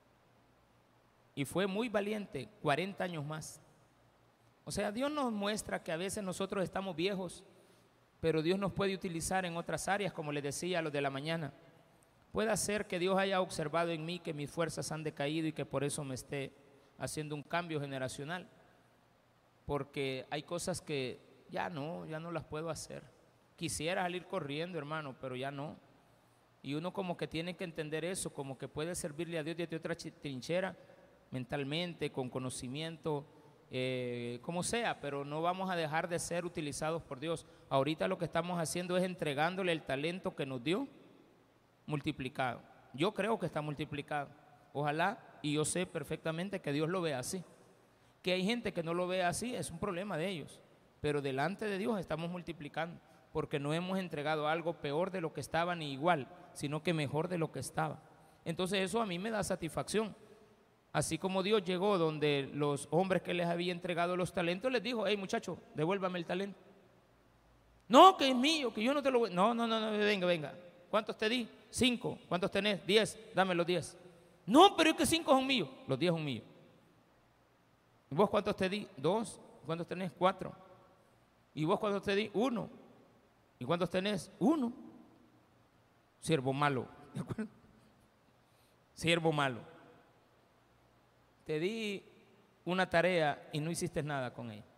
Y fue muy valiente, 40 años más. O sea, Dios nos muestra que a veces nosotros estamos viejos, pero Dios nos puede utilizar en otras áreas, como les decía a los de la mañana. Puede ser que Dios haya observado en mí que mis fuerzas han decaído y que por eso me esté haciendo un cambio generacional. Porque hay cosas que ya no las puedo hacer. Quisiera salir corriendo, hermano, pero ya no. Y uno como que tiene que entender eso, como que puede servirle a Dios desde otra trinchera, mentalmente, con conocimiento, como sea, pero no vamos a dejar de ser utilizados por Dios. Ahorita lo que estamos haciendo es entregándole el talento que nos dio multiplicado. Yo creo que está multiplicado. Ojalá, y yo sé perfectamente que Dios lo ve así. Que hay gente que no lo ve así, es un problema de ellos. Pero delante de Dios estamos multiplicando, porque no hemos entregado algo peor de lo que estaba ni igual, sino que mejor de lo que estaba. Entonces eso a mí me da satisfacción. Así como Dios llegó donde los hombres que les había entregado los talentos, les dijo: hey muchacho, devuélvame el talento. No, que es mío, que yo no te lo voy. No, venga. ¿Cuántos te di? 5. ¿Cuántos tenés? 10. Dame los 10. No, pero es que 5 son míos. Los 10 son míos. ¿Y vos cuántos te di? 2. ¿Cuántos tenés? 4. ¿Y vos cuántos te di? 1. ¿Y cuántos tenés? 1. Siervo malo. ¿De acuerdo? Siervo malo. Te di una tarea y no hiciste nada con ella.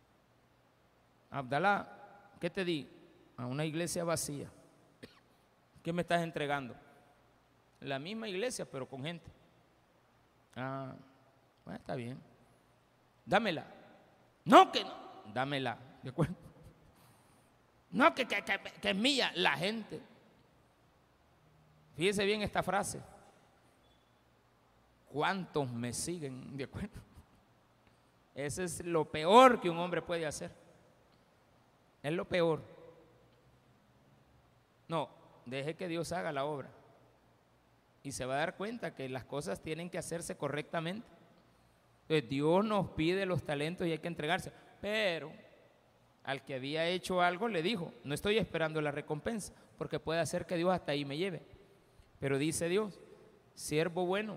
Abdalá, ¿qué te di? A una iglesia vacía. ¿Qué me estás entregando? La misma iglesia, pero con gente. Ah, bueno, está bien. Dámela. No, que no. Dámela. ¿De acuerdo? No, que es mía, la gente. Fíjese bien esta frase. ¿Cuántos me siguen? ¿De acuerdo? Ese es lo peor que un hombre puede hacer. Es lo peor. No, deje que Dios haga la obra. Y se va a dar cuenta que las cosas tienen que hacerse correctamente. Entonces Dios nos pide los talentos y hay que entregarse. Pero al que había hecho algo le dijo: no estoy esperando la recompensa, porque puede hacer que Dios hasta ahí me lleve. Pero dice Dios: siervo bueno,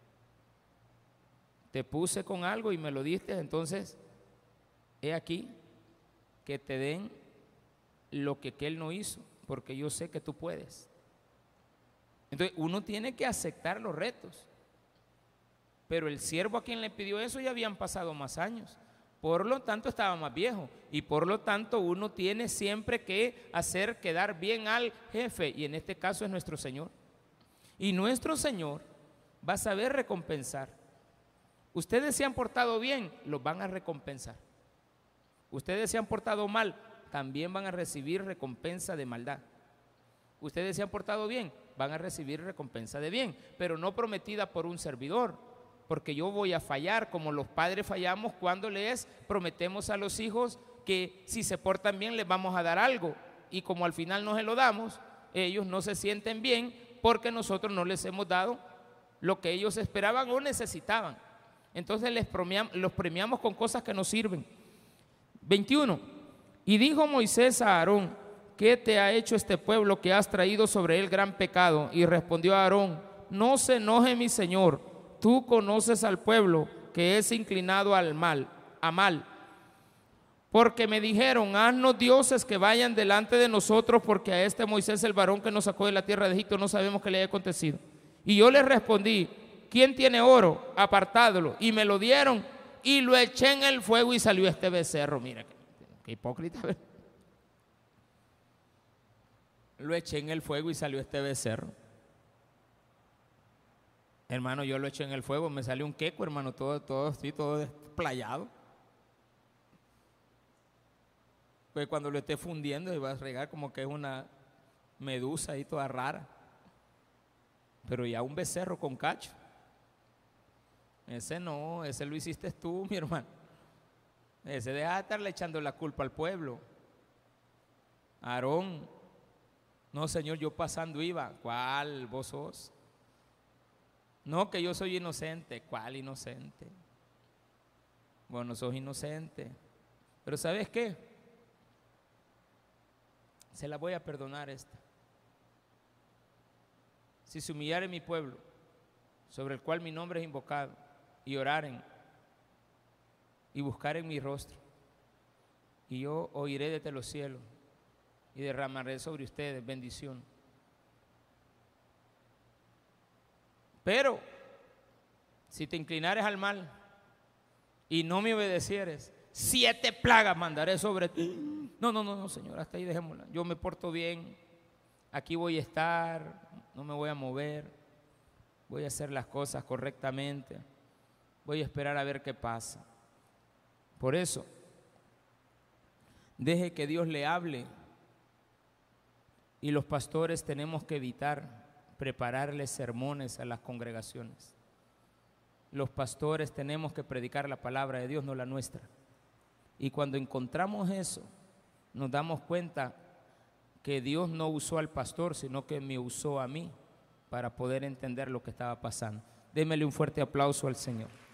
te puse con algo y me lo diste, entonces he aquí que te den lo que él no hizo, porque yo sé que tú puedes. Entonces uno tiene que aceptar los retos. Pero el siervo a quien le pidió eso ya habían pasado más años, por lo tanto estaba más viejo, y por lo tanto uno tiene siempre que hacer quedar bien al jefe, y en este caso es nuestro Señor. Y nuestro Señor va a saber recompensar. Ustedes se han portado bien, los van a recompensar. Ustedes se han portado mal, también van a recibir recompensa de maldad. Ustedes se han portado bien, van a recibir recompensa de bien, pero no prometida por un servidor, porque yo voy a fallar como los padres fallamos cuando les prometemos a los hijos que si se portan bien les vamos a dar algo, y como al final no se lo damos, ellos no se sienten bien porque nosotros no les hemos dado lo que ellos esperaban o necesitaban. Entonces los premiamos con cosas que no sirven. 21. Y dijo Moisés a Aarón: ¿qué te ha hecho este pueblo que has traído sobre él gran pecado? Y respondió Aarón: no se enoje mi señor, tú conoces al pueblo que es inclinado a mal, porque me dijeron: haznos dioses que vayan delante de nosotros, porque a este Moisés, el varón que nos sacó de la tierra de Egipto, no sabemos qué le haya acontecido. Y yo les respondí: ¿quién tiene oro? Apartádlo. Y me lo dieron y lo eché en el fuego y salió este becerro. Mira, qué hipócrita. Lo eché en el fuego y salió este becerro. Hermano, yo lo eché en el fuego, me salió un queco, hermano, todo así, todo desplayado. Pues cuando lo esté fundiendo, va a regar como que es una medusa ahí toda rara. Pero ya un becerro con cacho. Ese no, ese lo hiciste tú, mi hermano. Ese deja de estarle echando la culpa al pueblo. Aarón, no Señor, yo pasando iba. ¿Cuál vos sos? No, que yo soy inocente. ¿Cuál inocente? Bueno, sos inocente. Pero ¿sabes qué? Se la voy a perdonar esta. Si se humillare mi pueblo, sobre el cual mi nombre es invocado, y oraren, y buscaren mi rostro, y yo oiré desde los cielos, y derramaré sobre ustedes bendición. Pero, si te inclinares al mal, y no me obedecieres, 7 plagas mandaré sobre ti. No, Señor, hasta ahí dejémosla. Yo me porto bien, aquí voy a estar, no me voy a mover, voy a hacer las cosas correctamente, voy a esperar a ver qué pasa. Por eso, deje que Dios le hable, y los pastores tenemos que evitar prepararles sermones a las congregaciones. Los pastores tenemos que predicar la palabra de Dios, no la nuestra. Y cuando encontramos eso, nos damos cuenta que Dios no usó al pastor, sino que me usó a mí para poder entender lo que estaba pasando. Démele un fuerte aplauso al Señor.